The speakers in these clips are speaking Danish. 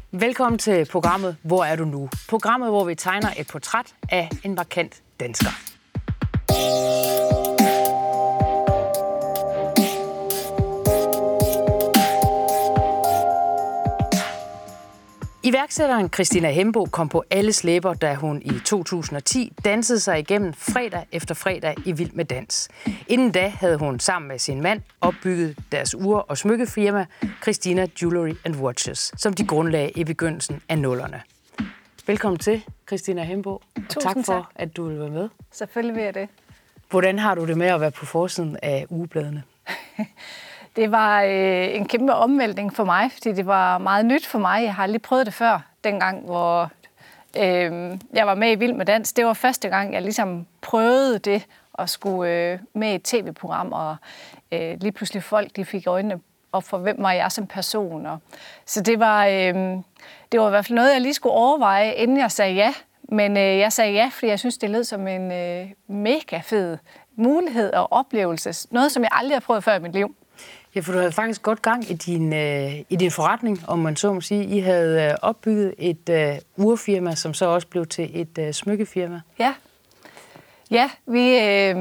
Velkommen til programmet Hvor er du nu? Programmet, hvor vi tegner et portræt af en markant dansker. Iværksætteren Christina Hembo kom på alles læber, da hun i 2010 dansede sig igennem fredag efter fredag i Vild med Dans. Inden da havde hun sammen med sin mand opbygget deres ure- og smykkefirma Christina Jewelry and Watches, som de grundlagde i begyndelsen af 00'erne. Velkommen til, Christina Hembo, og tak for, at du vil være med. Selvfølgelig vil jeg det. Hvordan har du det med at være på forsiden af ugebladene? Det var en kæmpe omvæltning for mig, fordi det var meget nyt for mig. Jeg har aldrig prøvet det før, dengang, hvor jeg var med i Vild med Dans. Det var første gang, jeg ligesom prøvede det at skulle med i et tv-program, og lige pludselig folk de fik øjnene op for, hvem var jeg som person. Så det var i hvert fald noget, jeg lige skulle overveje, inden jeg sagde ja. Men jeg sagde ja, fordi jeg synes, det lød som en mega fed mulighed og oplevelse. Noget, som jeg aldrig har prøvet før i mit liv. Ja, for du havde faktisk godt gang i din forretning, om man så må sige. I havde opbygget et urfirma, som så også blev til et smykkefirma. Ja, vi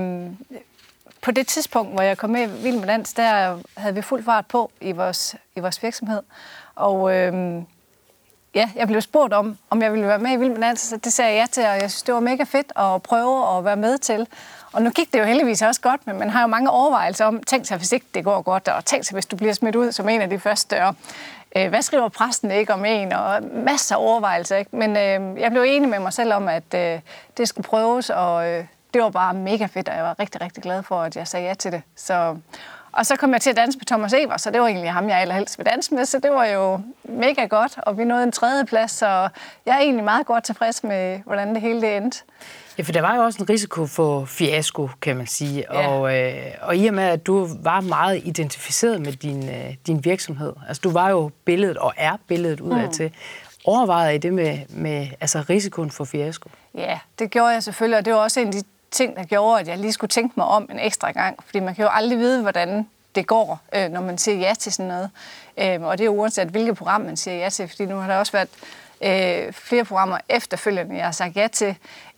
på det tidspunkt, hvor jeg kom med i Vild med Dans, der havde vi fuld fart på i vores virksomhed. Og jeg blev spurgt om jeg ville være med i Vild med Dans, så det sagde jeg ja til, og jeg synes, det var mega fedt at prøve at være med til. Og nu gik det jo heldigvis også godt, men man har jo mange overvejelser om, tænk sig, hvis ikke det går godt, og tænk sig, hvis du bliver smidt ud som en af de første, og hvad skriver præsten ikke om en, og masser af overvejelser, ikke? Men jeg blev enig med mig selv om, at det skulle prøves, og det var bare mega fedt, og jeg var rigtig, rigtig glad for, at jeg sagde ja til det. Og så kom jeg til at danse med Thomas Evers, så det var egentlig ham, jeg allerhelst ville danse med, så det var jo mega godt, og vi nåede en 3. plads, så jeg er egentlig meget godt tilfreds med, hvordan det hele det endte. Ja, for der var jo også en risiko for fiasko, kan man sige, ja. Og i og med, at du var meget identificeret med din virksomhed, altså du var jo billedet og er billedet udadtil, overvejede I det med altså risikoen for fiasko? Ja, det gjorde jeg selvfølgelig, og det var også en af de ting, der gjorde, at jeg lige skulle tænke mig om en ekstra gang, fordi man kan jo aldrig vide, hvordan det går, når man siger ja til sådan noget. Og det er uanset, hvilket program man siger ja til, fordi nu har der også været flere programmer efterfølgende, jeg har sagt ja til.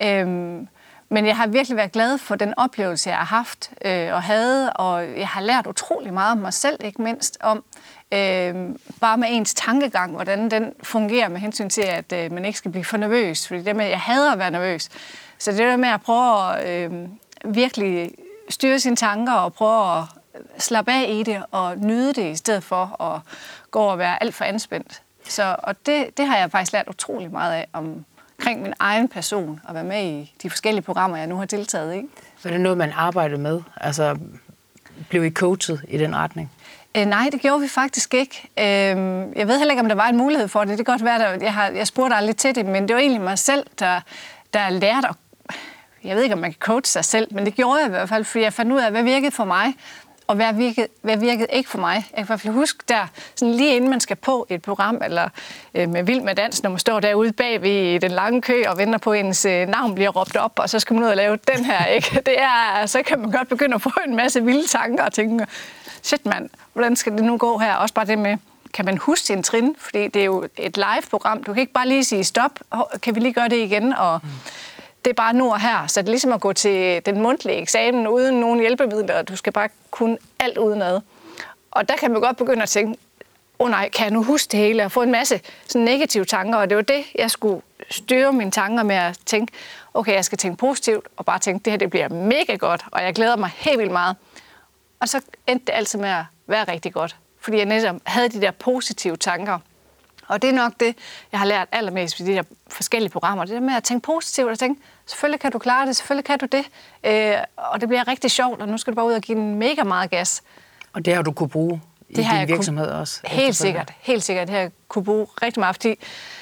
Men jeg har virkelig været glad for den oplevelse, jeg har haft og havde, og jeg har lært utrolig meget om mig selv, ikke mindst om bare med ens tankegang, hvordan den fungerer med hensyn til, at man ikke skal blive for nervøs, fordi det med, jeg hader at være nervøs. Så det der med at prøve at virkelig styre sine tanker og prøve at slappe af i det og nyde det, i stedet for at gå og være alt for anspændt. Og det har jeg faktisk lært utrolig meget af omkring min egen person, at være med i de forskellige programmer, jeg nu har deltaget i. Var det noget, man arbejdede med? Altså, blev I coachet i den retning? Nej, det gjorde vi faktisk ikke. Jeg ved heller ikke, om der var en mulighed for det. Det kan godt være, at jeg spurgte aldrig til det, men det var egentlig mig selv, der lærte at... Jeg ved ikke, om man kan coache sig selv, men det gjorde jeg i hvert fald, fordi jeg fandt ud af, hvad virkede for mig, og hvad virkede ikke for mig. Jeg kan i hvert fald huske der, sådan lige inden man skal på et program, eller med Vild med Dans, når man står derude bagved i den lange kø og venter på, at ens navn bliver råbt op, og så skal man ud og lave den her, ikke? Så kan man godt begynde at få en masse vilde tanker og tænke, shit mand, hvordan skal det nu gå her? Også bare det med, kan man huske sin trin? Fordi det er jo et live-program. Du kan ikke bare lige sige stop, kan vi lige gøre det igen? Og det er bare nu og her. Så det er ligesom at gå til den mundtlige eksamen uden nogen hjælpemidler, og du skal bare kunne alt udenad. Og der kan man godt begynde at tænke, nej, kan jeg nu huske det hele? Og få en masse sådan negative tanker, og det var det, jeg skulle styre mine tanker med at tænke, okay, jeg skal tænke positivt, og bare tænke, det her det bliver mega godt, og jeg glæder mig helt vildt meget. Og så endte det altid med at være rigtig godt, fordi jeg netop havde de der positive tanker. Og det er nok det, jeg har lært allermest ved de der forskellige programmer. Det der med at tænke positivt og tænke, selvfølgelig kan du klare det, selvfølgelig kan du det. Og det bliver rigtig sjovt, og nu skal du bare ud og give den mega meget gas. Og det har du kunne bruge i din virksomhed også? Helt sikkert. Det har jeg kunne bruge rigtig meget, fordi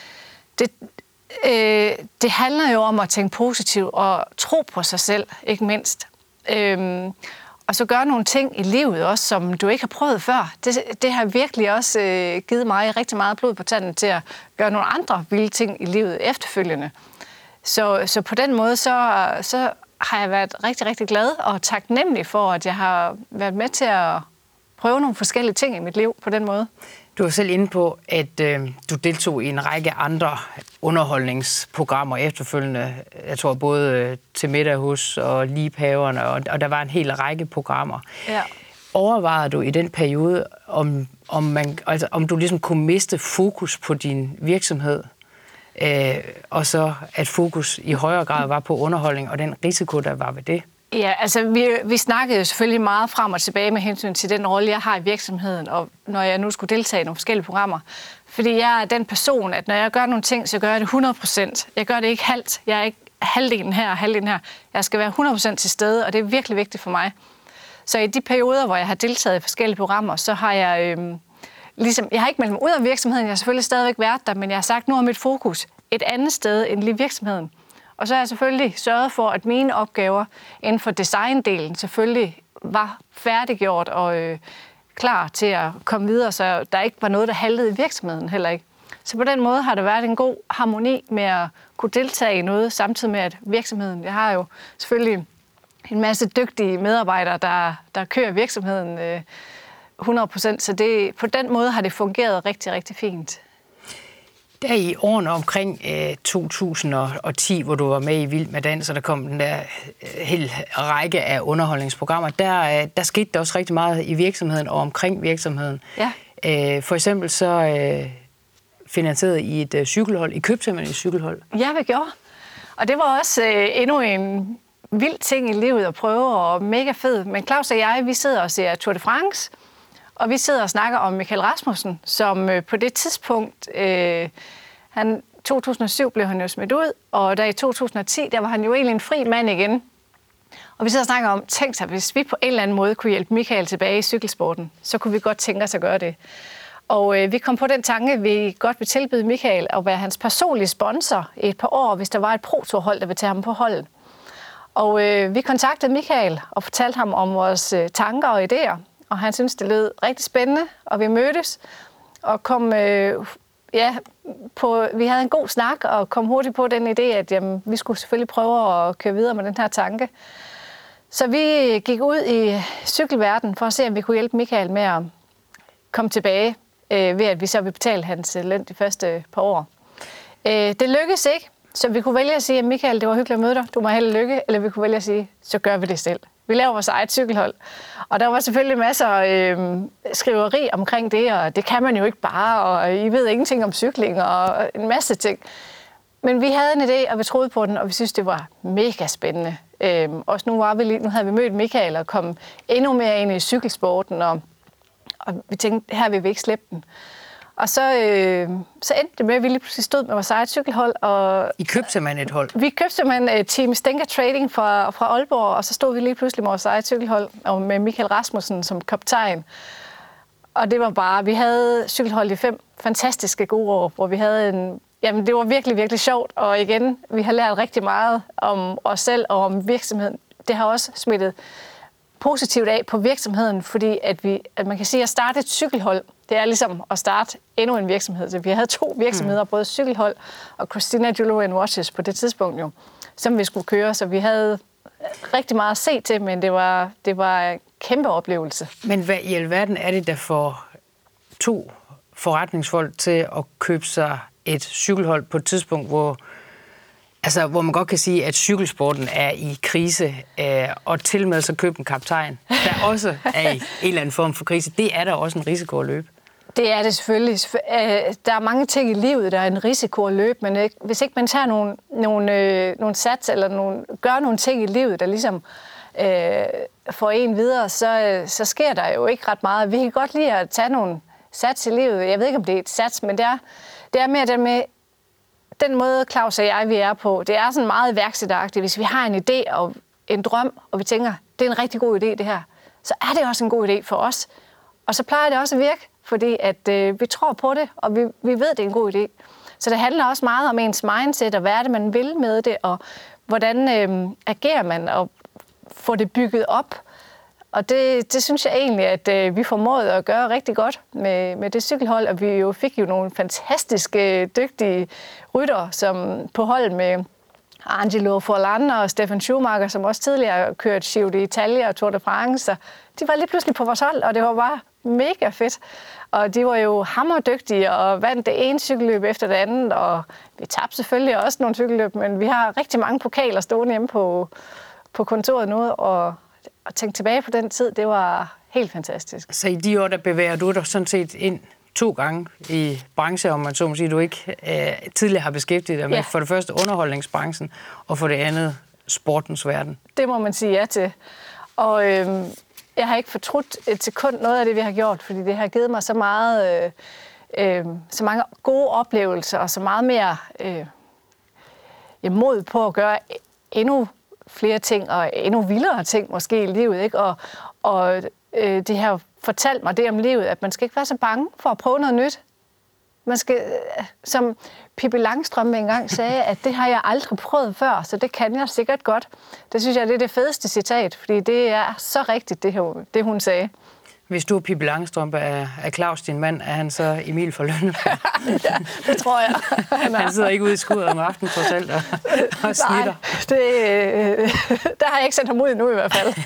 det handler jo om at tænke positivt og tro på sig selv, ikke mindst. Og så gøre nogle ting i livet også, som du ikke har prøvet før. Det har virkelig også givet mig rigtig meget blod på tanden til at gøre nogle andre vilde ting i livet efterfølgende. Så på den måde, så har jeg været rigtig, rigtig glad og taknemmelig for, at jeg har været med til at prøve nogle forskellige ting i mit liv på den måde. Du var selv inde på, at du deltog i en række andre underholdningsprogrammer efterfølgende. Jeg tror både Til middag hos og Liebhaverne, og der var en hel række programmer. Ja. Overvejede du i den periode, om du ligesom kunne miste fokus på din virksomhed, og så at fokus i højere grad var på underholdning og den risiko, der var ved det? Ja, altså vi snakkede selvfølgelig meget frem og tilbage med hensyn til den rolle, jeg har i virksomheden, og når jeg nu skulle deltage i nogle forskellige programmer. Fordi jeg er den person, at når jeg gør nogle ting, så gør jeg det 100%. Jeg gør det ikke halvt. Jeg er ikke halvdelen her og halvdelen her. Jeg skal være 100% til stede, og det er virkelig vigtigt for mig. Så i de perioder, hvor jeg har deltaget i forskellige programmer, så har jeg jeg har ikke meldt mig ud af virksomheden. Jeg har selvfølgelig stadigvæk været der, men jeg har sagt, nu er mit fokus et andet sted end lige virksomheden. Og så har jeg selvfølgelig sørget for, at mine opgaver inden for designdelen selvfølgelig var færdiggjort og klar til at komme videre, så der ikke var noget, der haltede i virksomheden heller ikke. Så på den måde har der været en god harmoni med at kunne deltage i noget, samtidig med at virksomheden, jeg har jo selvfølgelig en masse dygtige medarbejdere, der kører virksomheden 100%, så på den måde har det fungeret rigtig, rigtig fint. Der i årene omkring 2010, hvor du var med i Vild med Dans, og der kom den der hel række af underholdningsprogrammer, der skete der også rigtig meget i virksomheden og omkring virksomheden. Ja. For eksempel så finansierede I et cykelhold. I købte simpelthen et cykelhold. Ja, vi gjorde. Og det var også endnu en vild ting i livet at prøve, og mega fed. Men Claus og jeg, vi sidder og ser Tour de France, og vi sidder og snakker om Michael Rasmussen, som på det tidspunkt, 2007 blev han jo smidt ud, og der i 2010, der var han jo egentlig en fri mand igen. Og vi sidder og snakker om, tænk sig, hvis vi på en eller anden måde kunne hjælpe Michael tilbage i cykelsporten, så kunne vi godt tænke os at gøre det. Og vi kom på den tanke, at vi godt vil tilbyde Michael at være hans personlige sponsor i et par år, hvis der var et pro-tour-hold, der ville tage ham på holdet. Og vi kontaktede Michael og fortalte ham om vores tanker og idéer, og han syntes, det lød rigtig spændende, og vi mødtes og kom, vi havde en god snak og kom hurtigt på den idé, at jamen, vi skulle selvfølgelig prøve at køre videre med den her tanke. Så vi gik ud i cykelverdenen for at se, om vi kunne hjælpe Michael med at komme tilbage, ved at vi så ville betale hans løn de første par år. Det lykkedes ikke, så vi kunne vælge at sige, at Michael, det var hyggeligt at møde dig, du må held og lykke, eller vi kunne vælge at sige, så gør vi det selv. Vi laver vores eget cykelhold. Og der var selvfølgelig masser af skriveri omkring det, og det kan man jo ikke bare, og I ved ingenting om cykling og en masse ting. Men vi havde en idé, og vi troede på den, og vi synes, det var mega spændende. Også nu havde vi mødt Michael og kom endnu mere ind i cykelsporten, og vi tænkte, her vil vi ikke slippe den. Og så endte det med, at vi lige pludselig stod med vores eget cykelhold. Og I købte simpelthen et hold? Vi købte simpelthen Team Stinker Trading fra Aalborg, og så stod vi lige pludselig med vores eget cykelhold, og med Michael Rasmussen som kaptajn. Og det var bare, vi havde cykelhold i 5 fantastiske gode år, hvor vi havde det var virkelig, virkelig sjovt. Og igen, vi har lært rigtig meget om os selv og om virksomheden. Det har også smittet positivt af på virksomheden, fordi at man kan sige, at starte et cykelhold, det er ligesom at starte endnu en virksomhed. Så vi havde 2 virksomheder, både cykelhold og Christina Jewelry & Watches på det tidspunkt jo, som vi skulle køre. Så vi havde rigtig meget at se til, men det var en kæmpe oplevelse. Men hvad i alverden er det, der får 2 forretningsfolk til at købe sig et cykelhold på et tidspunkt, hvor man godt kan sige, at cykelsporten er i krise, og til med så købe en kaptajn, der også er i en eller anden form for krise. Det er der også en risiko at løbe. Det er det selvfølgelig. Der er mange ting i livet, der er en risiko at løbe, men hvis ikke man tager nogle sats, eller gør nogle ting i livet, der ligesom får en videre, så sker der jo ikke ret meget. Vi kan godt lide at tage nogle sats i livet. Jeg ved ikke, om det er et sats, men det er mere den måde, Claus og jeg, vi er på. Det er sådan meget iværksætteragtigt. Hvis vi har en idé og en drøm, og vi tænker, det er en rigtig god idé, det her, så er det også en god idé for os. Og så plejer det også at virke, fordi at vi tror på det, og vi ved, det er en god idé. Så det handler også meget om ens mindset, og hvad er det, man vil med det, og hvordan agerer man, og får det bygget op. Og det synes jeg egentlig, at vi formåede at gøre rigtig godt med det cykelhold, og vi fik nogle fantastiske, dygtige ryttere, som på hold med Angelo Forlan og Stefan Schumacher, som også tidligere kørt Giro d'Italia og Tour de France. De var lige pludselig på vores hold, og det var bare mega fedt. Og de var jo hammerdygtige og vandt det ene cykelløb efter det andet, og vi tabte selvfølgelig også nogle cykelløb, men vi har rigtig mange pokaler stående hjemme på kontoret nu, og tænke tilbage på den tid, det var helt fantastisk. Så i de år, der bevæger du dig sådan set ind 2 gange i brancher, om man så må sige, du ikke tidligere har beskæftiget dig med. For det første underholdningsbranchen, og for det andet sportens verden. Det må man sige ja til. Og jeg har ikke fortrudt et sekund noget af det, vi har gjort, fordi det har givet mig så meget, så mange gode oplevelser, og så meget mere mod på at gøre endnu flere ting, og endnu vildere ting måske i livet, ikke? Og det har fortalt mig det om livet, at man skal ikke være så bange for at prøve noget nyt. Man skal, som Pippi Langstrømpe engang sagde, at det har jeg aldrig prøvet før, så det kan jeg sikkert godt. Det synes jeg, det er det fedeste citat, fordi det er så rigtigt, det hun sagde. Hvis du er Pippi Langstrømpe, er Claus din mand, er han så Emil fra Lønneberg? Ja, det tror jeg. Han sidder ikke ude i skuddet om aftenen trods alt og snitter. Nej, der har jeg ikke sendt ham ud endnu i hvert fald.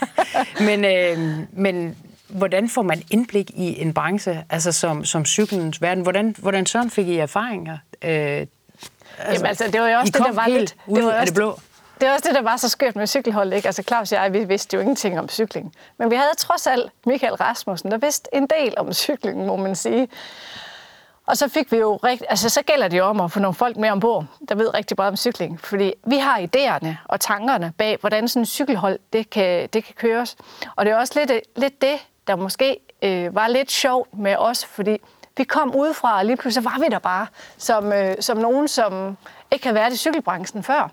Men hvordan får man indblik i en branche, altså som cyklens verden? Hvordan Søren fik I erfaringer? Jamen altså, det var jo også det, der var lidt... Det var af det blå. Det er også det, der var så skørt med cykelholdet, ikke? Altså Claus og jeg, vi vidste jo ingenting om cykling. Men vi havde trods alt Michael Rasmussen, der vidste en del om cykling, må man sige. Og så fik vi jo så gælder det jo om at få nogle folk med ombord, der ved rigtig meget om cykling. Fordi vi har idéerne og tankerne bag, hvordan sådan en cykelhold, det kan køres. Og det er også lidt det, der måske var lidt sjovt med os, fordi vi kom udefra, og lige pludselig var vi der bare, som nogen, som ikke havde været i cykelbranchen før.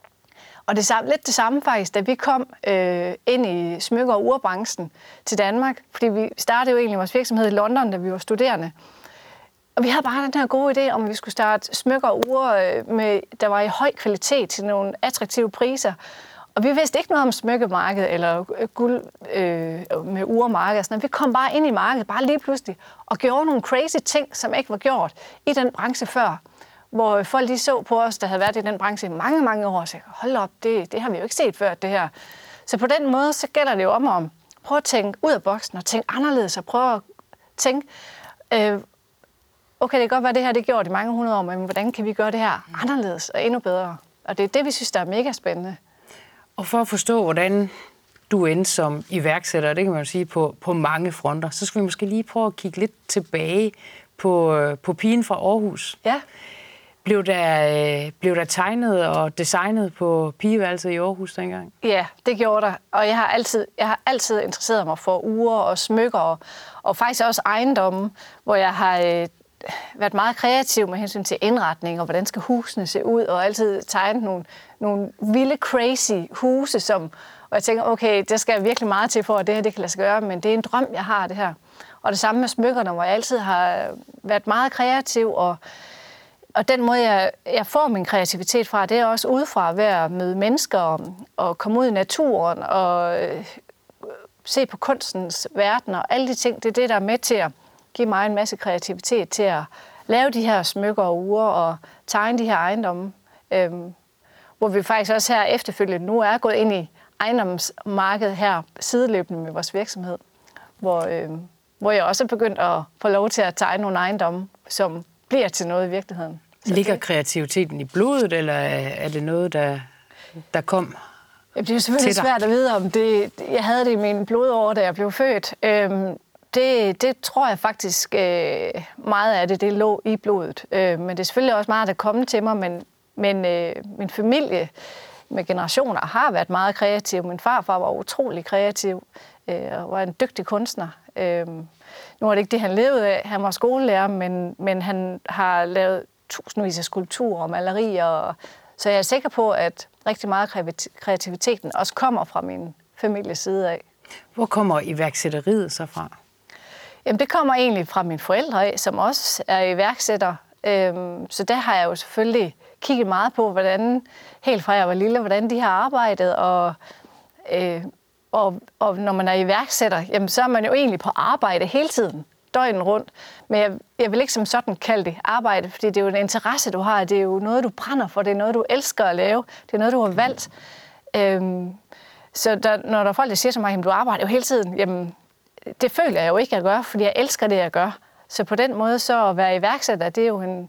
Og lidt det samme faktisk, da vi kom ind i smykker- og urbranchen til Danmark, fordi vi startede jo egentlig vores virksomhed i London, da vi var studerende. Og vi havde bare den her gode idé om, at vi skulle starte smykker og ure, der var i høj kvalitet til nogle attraktive priser. Og vi vidste ikke noget om smykkemarkedet eller guld med uremarkedet. Vi kom bare ind i markedet, bare lige pludselig, og gjorde nogle crazy ting, som ikke var gjort i den branche før. Hvor folk lige så på os, der havde været i den branche i mange, mange år, og sagde, hold op, det har vi jo ikke set før, det her. Så på den måde, så gælder det jo om at prøve at tænke ud af boksen og tænke anderledes, og prøve at tænke, okay, det kan godt være, det her det er gjort i mange 100 år, men hvordan kan vi gøre det her anderledes og endnu bedre? Og det er det, vi synes, der er mega spændende. Og for at forstå, hvordan du endte som iværksætter, det kan man jo sige, på mange fronter, så skal vi måske lige prøve at kigge lidt tilbage på pigen fra Aarhus. Ja. Blev der tegnet og designet på pigeværelset i Aarhus dengang? Ja, det gjorde der. Og jeg har altid interesseret mig for ure og smykker, og faktisk også ejendomme, hvor jeg har været meget kreativ med hensyn til indretning, og hvordan skal husene se ud, og altid tegnet nogle vilde, crazy huse, og jeg tænker, okay, det skal virkelig meget til for, at det her det kan lade sig gøre, men det er en drøm, jeg har, det her. Og det samme med smykkerne, hvor jeg altid har været meget kreativ, og den måde, jeg får min kreativitet fra, det er også udefra ved at møde mennesker og komme ud i naturen og se på kunstens verden og alle de ting. Det er det, der er med til at give mig en masse kreativitet til at lave de her smykker og ure og tegne de her ejendomme. Hvor vi faktisk også her efterfølgende nu er gået ind i ejendomsmarkedet her sideløbende med vores virksomhed. Hvor jeg også er begyndt at få lov til at tegne nogle ejendomme, som bliver til noget i virkeligheden. Ligger kreativiteten i blodet, eller er det noget, der kom? Det er jo selvfølgelig svært at vide, om jeg havde det i mine blodår, da jeg blev født. Det tror jeg faktisk meget af det lå i blodet. Men det er selvfølgelig også meget, der kom til mig, men min familie med generationer har været meget kreativ. Min farfar var utrolig kreativ og var en dygtig kunstner. Nu var det ikke det, han levede af. Han var skolelærer, men han har lavet tusindvis af skulpturer og malerier. Så jeg er sikker på, at rigtig meget kreativiteten også kommer fra min families side af. Hvor kommer iværksætteriet så fra? Jamen, det kommer egentlig fra mine forældre af, som også er iværksætter. Så der har jeg jo selvfølgelig kigget meget på, helt fra jeg var lille, hvordan de har arbejdet. Og når man er iværksætter, jamen, så er man jo egentlig på arbejde hele tiden, døgnet rundt. Men jeg vil ikke som sådan kalde det arbejde, fordi det er jo en interesse, du har. Det er jo noget, du brænder for. Det er noget, du elsker at lave. Det er noget, du har valgt. Så når der er folk, der siger til mig, at du arbejder jo hele tiden, jamen, det føler jeg jo ikke, at jeg gør, fordi jeg elsker det, jeg gør. Så på den måde, så at være iværksætter, det er jo en...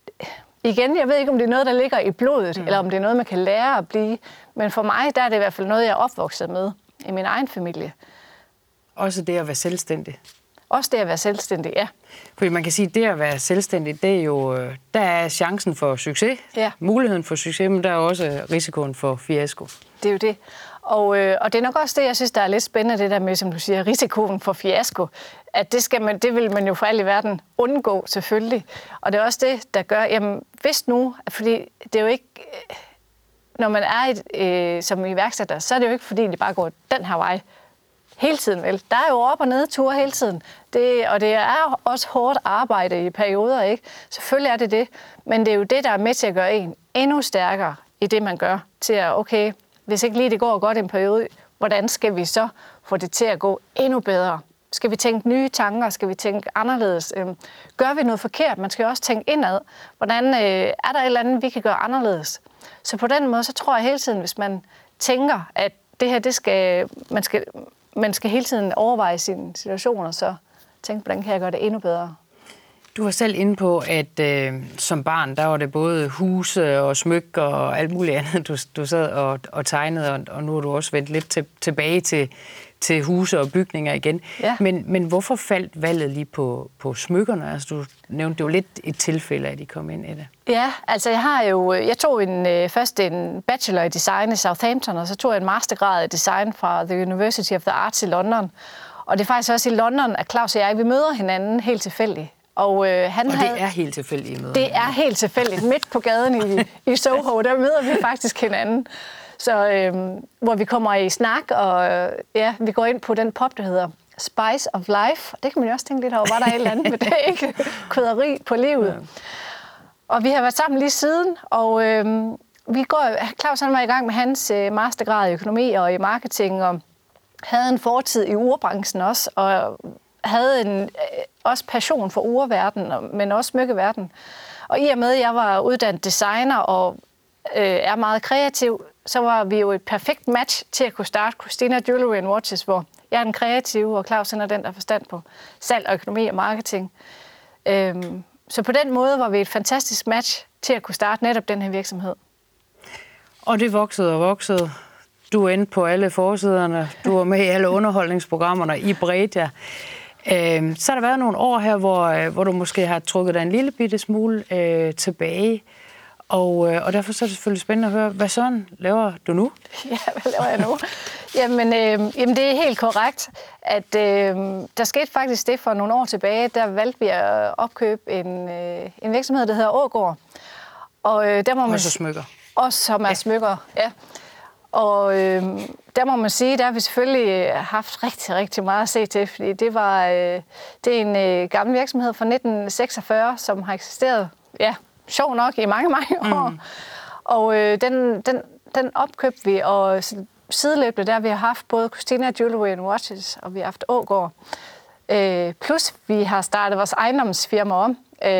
Igen, jeg ved ikke, om det er noget, der ligger i blodet, eller om det er noget, man kan lære at blive. Men for mig, der er det i hvert fald noget, jeg er opvokset med i min egen familie. Også det at være selvstændig. Også det at være selvstændig, ja. Fordi man kan sige, at det at være selvstændig, det er jo, der er chancen for succes, muligheden for succes, men der er også risikoen for fiasko. Det er jo det. Og det er nok også det, jeg synes, der er lidt spændende, det der med, som du siger, risikoen for fiasko. At det vil man jo for alt i verden undgå, selvfølgelig. Og det er også det, der gør, jamen hvis nu, fordi det er jo ikke, når man er som iværksætter, så er det jo ikke, fordi det bare går den her vej hele tiden, vel? Der er jo op- og nedture hele tiden. Og det er også hårdt arbejde i perioder, ikke? Selvfølgelig er det det, men det er jo det, der er med til at gøre en endnu stærkere i det, man gør. Til at, okay, hvis ikke lige det går godt en periode, hvordan skal vi så få det til at gå endnu bedre? Skal vi tænke nye tanker? Skal vi tænke anderledes? Gør vi noget forkert? Man skal jo også tænke indad. Hvordan er der et eller andet, vi kan gøre anderledes? Så på den måde, så tror jeg hele tiden, hvis man tænker, at det her, man skal hele tiden overveje sine situationer, så tænke, hvordan kan jeg gøre det endnu bedre? Du var selv inde på, at som barn, der var det både huse og smykker og alt muligt andet, du sad og tegnede, og nu har du også vendt lidt tilbage til huse og bygninger igen. Ja. Men hvorfor faldt valget lige på smykkerne? Altså, du nævnte, det var lidt et tilfælde, at de kom ind i det. Ja, altså jeg tog først en bachelor i design i Southampton, og så tog jeg en mastergrad i design fra The University of the Arts i London. Og det er faktisk også i London, at Claus og jeg, vi møder hinanden helt tilfældigt. Og det er helt tilfældigt i møder. Det er helt tilfældigt. Midt på gaden i Soho, der møder vi faktisk hinanden. Så hvor vi kommer i snak, og vi går ind på den pub, der hedder Spice of Life. Det kan man jo også tænke lidt over, var der et eller andet med det, ikke? Krydderi på livet. Ja. Og vi har været sammen lige siden, og Claus han var i gang med hans mastergrad i økonomi og i marketing, og havde en fortid i urbranchen også, og havde også passion for urverdenen, men også smykkeverdenen. Og i og med, at jeg var uddannet designer og er meget kreativ, så var vi jo et perfekt match til at kunne starte Christina Jewelry and Watches, hvor jeg er den kreative, og Claus er den, der har forstand på salg og økonomi og marketing. Så på den måde var vi et fantastisk match til at kunne starte netop den her virksomhed. Og det voksede og voksede. Du endte på alle forsiderne, du var med i alle underholdningsprogrammerne i Bredia. Så har der været nogle år her, hvor du måske har trukket dig en lille bitte smule tilbage. Og derfor så er det selvfølgelig spændende at høre, hvad sådan laver du nu? Ja, hvad laver jeg nu? Jamen det er helt korrekt, at der skete faktisk det for nogle år tilbage, der valgte vi at opkøbe en virksomhed, der hedder Aagaard. Og der må man også smykker. Også som er smykker, ja. Og der må man sige, der har vi selvfølgelig haft rigtig, rigtig meget at se til, fordi det er en gammel virksomhed fra 1946, som har eksisteret, sjov nok, i mange, mange år. Og den opkøbte vi, og sideløbende der vi har haft både Christina Jewelry and Watches, og vi har haft Aagaard. Plus vi har startet vores ejendomsfirma om.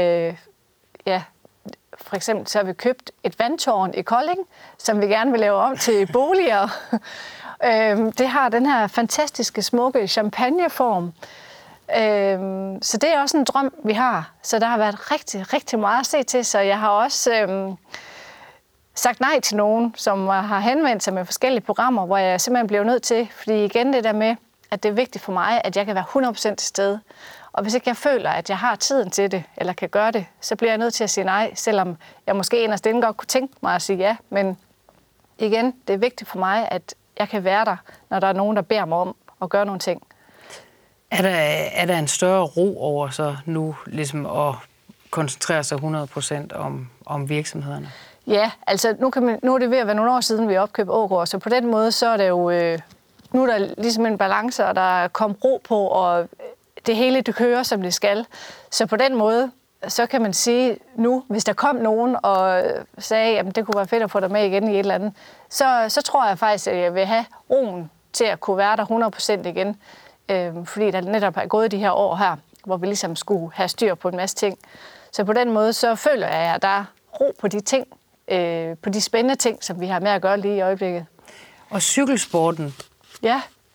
For eksempel så har vi købt et vandtårn i Kolding, som vi gerne vil lave om til boliger. Det har den her fantastiske, smukke champagneform. Så det er også en drøm, vi har. Så der har været rigtig, rigtig meget at se til. Så jeg har også sagt nej til nogen, som har henvendt sig med forskellige programmer, hvor jeg simpelthen bliver nødt til. Fordi igen det der med, at det er vigtigt for mig, at jeg kan være 100% til stede. Og hvis ikke jeg føler, at jeg har tiden til det, eller kan gøre det, så bliver jeg nødt til at sige nej, selvom jeg måske inderst inde godt kunne tænke mig at sige ja. Men igen, det er vigtigt for mig, at jeg kan være der, når der er nogen, der beder mig om at gøre nogle ting. Er der en større ro over så nu, ligesom at koncentrere sig 100% om virksomhederne? Ja, altså nu er det ved at være nogle år siden, vi opkøbte Aagaard, så på den måde, så er det jo, nu er der ligesom en balance, og der er kommet ro på, og det hele, det kører, som det skal. Så på den måde, så kan man sige nu, hvis der kom nogen og sagde, at det kunne være fedt at få dig med igen i et eller andet, så tror jeg faktisk, at jeg vil have roen til at kunne være der 100% igen. Fordi der netop er gået de her år her, hvor vi ligesom skulle have styr på en masse ting. Så på den måde, så føler jeg, at der er ro på de ting, på de spændende ting, som vi har med at gøre lige i øjeblikket. Og cykelsporten? Ja.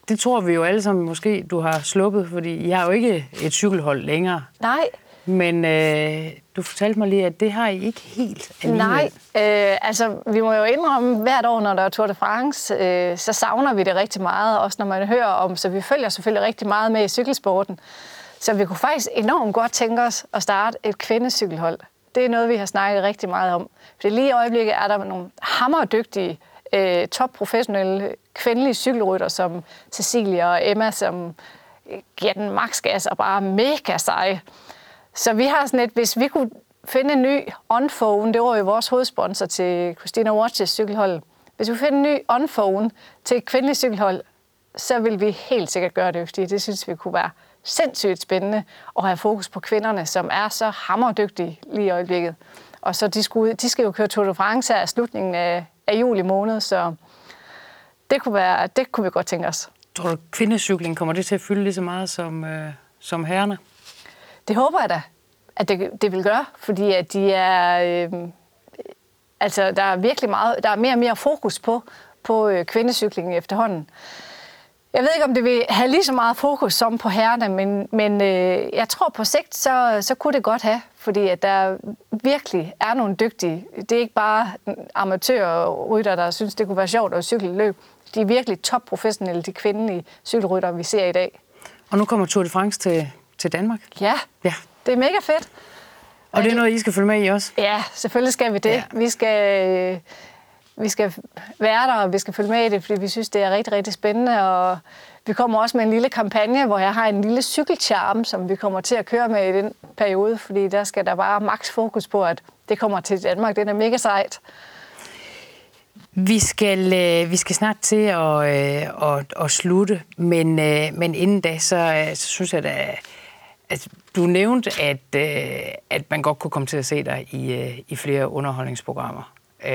det tror vi jo alle sammen måske, du har sluppet, fordi I har jo ikke et cykelhold længere. Nej. Men du fortalte mig lige, at det har I ikke helt alligevel. Nej, altså vi må jo indrømme, hvert år, når der er Tour de France, så savner vi det rigtig meget, også når man hører om, så vi følger selvfølgelig rigtig meget med i cykelsporten. Så vi kunne faktisk enormt godt tænke os at starte et kvindecykelhold. Det er noget, vi har snakket rigtig meget om. For lige i øjeblikket er der nogle hammerdygtige, topprofessionelle kvindelige cykelrytter, som Cecilia og Emma, som giver den max gas og bare mega seje. Så vi har sådan et, hvis vi kunne finde en ny OnPhone, det var jo vores hovedsponsor til Christina Watches cykelhold. Hvis vi kunne finde en ny OnPhone til et kvindeligt cykelhold, så vil vi helt sikkert gøre det, fordi det synes vi kunne være sindssygt spændende at have fokus på kvinderne, som er så hammerdygtige lige i øjeblikket. Og så de skal jo køre Tour de France her i slutningen af juli måned, så det kunne vi godt tænke os. Tror du, kvindecykling kommer det til at fylde lige så meget som herrerne? Det håber jeg da, at det vil gøre, fordi at de er, altså der er virkelig meget, der er mere og mere fokus på kvindecyklingen efterhånden. Jeg ved ikke, om det vil have lige så meget fokus som på herrerne, men jeg tror på sigt, så kunne det godt have, fordi at der virkelig er nogle dygtige. Det er ikke bare amatørrytter, der synes, det kunne være sjovt at cykle løb. De er virkelig topprofessionelle, de kvindelige cykelrytter, vi ser i dag. Og nu kommer Tour de France til Danmark? Ja, det er mega fedt. Og det er noget, I skal følge med i også? Ja, selvfølgelig skal vi det. Ja. Vi skal være der, og vi skal følge med i det, fordi vi synes, det er rigtig, rigtig spændende. Og vi kommer også med en lille kampagne, hvor jeg har en lille cykelcharm, som vi kommer til at køre med i den periode, fordi der skal der bare maks fokus på, at det kommer til Danmark. Det er mega sejt. Vi skal snart til at slutte, men inden da, så synes jeg da, at du nævnte, at man godt kunne komme til at se dig i flere underholdningsprogrammer.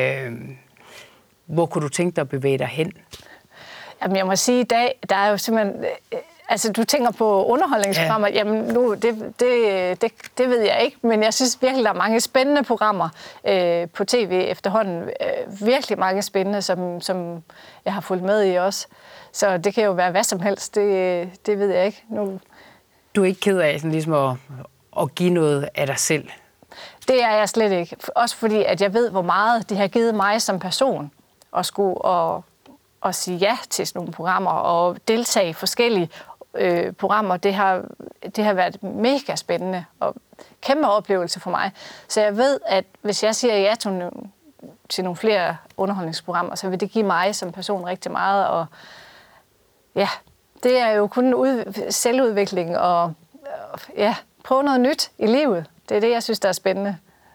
Hvor kunne du tænke dig at bevæge dig hen? Jamen, jeg må sige, i dag, der er jo simpelthen... Altså, du tænker på underholdningsprogrammer. Ja. Jamen, nu, det ved jeg ikke, men jeg synes virkelig, der er mange spændende programmer på tv efterhånden. Virkelig mange spændende, som jeg har fulgt med i også. Så det kan jo være hvad som helst, det ved jeg ikke. Nu. Du er ikke ked af sådan ligesom at give noget af dig selv? Det er jeg slet ikke. Også fordi, at jeg ved, hvor meget det har givet mig som person at skulle og sige ja til sådan nogle programmer og deltage i forskellige programmer. Det har været mega spændende og kæmpe oplevelse for mig. Så jeg ved, at hvis jeg siger ja til nogle flere underholdningsprogrammer, så vil det give mig som person rigtig meget. Og ja, det er jo kun selvudvikling og prøve noget nyt i livet. Det er det, jeg synes, der er spændende.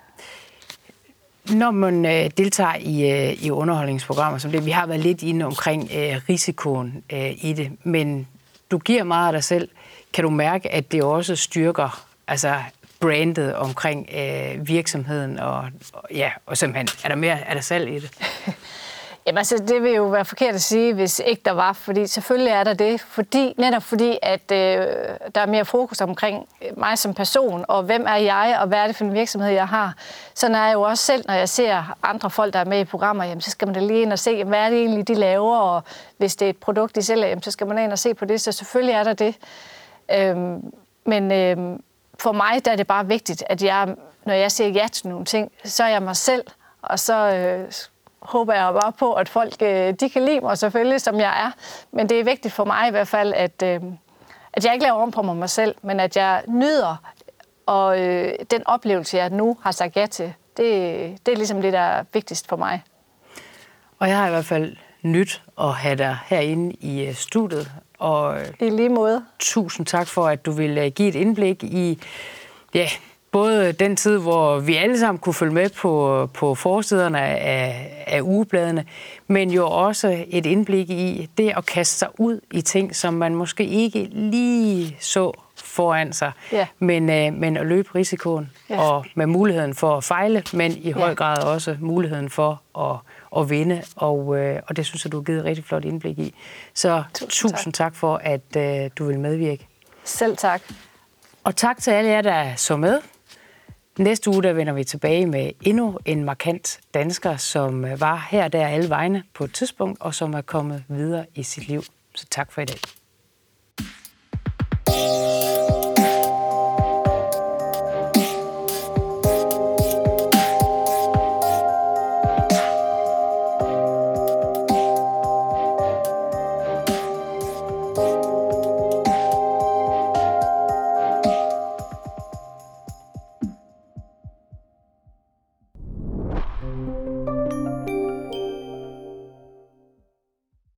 Når man deltager i underholdningsprogrammer som det, vi har været lidt inde omkring risikoen i det, men du giver meget af dig selv. Kan du mærke, at det også styrker brandet omkring virksomheden, og simpelthen, er der salg i det? Jamen altså, det vil jo være forkert at sige, hvis ikke der var, fordi selvfølgelig er der det, netop fordi, at der er mere fokus omkring mig som person, og hvem er jeg, og hvad er det for en virksomhed, jeg har. Sådan er jeg jo også selv, når jeg ser andre folk, der er med i programmer, jamen, så skal man da lige ind og se, hvad er det egentlig, de laver, og hvis det er et produkt, de sælger, jamen, så skal man ind og se på det, så selvfølgelig er der det. Men for mig, der er det bare vigtigt, at når jeg siger ja til nogle ting, så er jeg mig selv, og så håber jeg bare på, at folk de kan lide mig selvfølgelig, som jeg er. Men det er vigtigt for mig i hvert fald, at jeg ikke laver om på mig selv, men at jeg nyder og den oplevelse, jeg nu har sagt ja til. Det er ligesom det, der er vigtigst for mig. Og jeg har i hvert fald nyt at have dig herinde i studiet. Og i lige måde. Tusind tak for, at du vil give et indblik i både den tid, hvor vi alle sammen kunne følge med på forsiderne af ugebladene, men jo også et indblik i det at kaste sig ud i ting, som man måske ikke lige så foran sig, men at løbe risikoen, og med muligheden for at fejle, men i høj grad også muligheden for at vinde, og det synes jeg, du har givet et rigtig flot indblik i. Så tusind tak for, at du vil medvirke. Selv tak. Og tak til alle jer, der så med. Næste uge, der vender vi tilbage med endnu en markant dansker, som var her der alle vegne på et tidspunkt, og som er kommet videre i sit liv Så tak for i dag.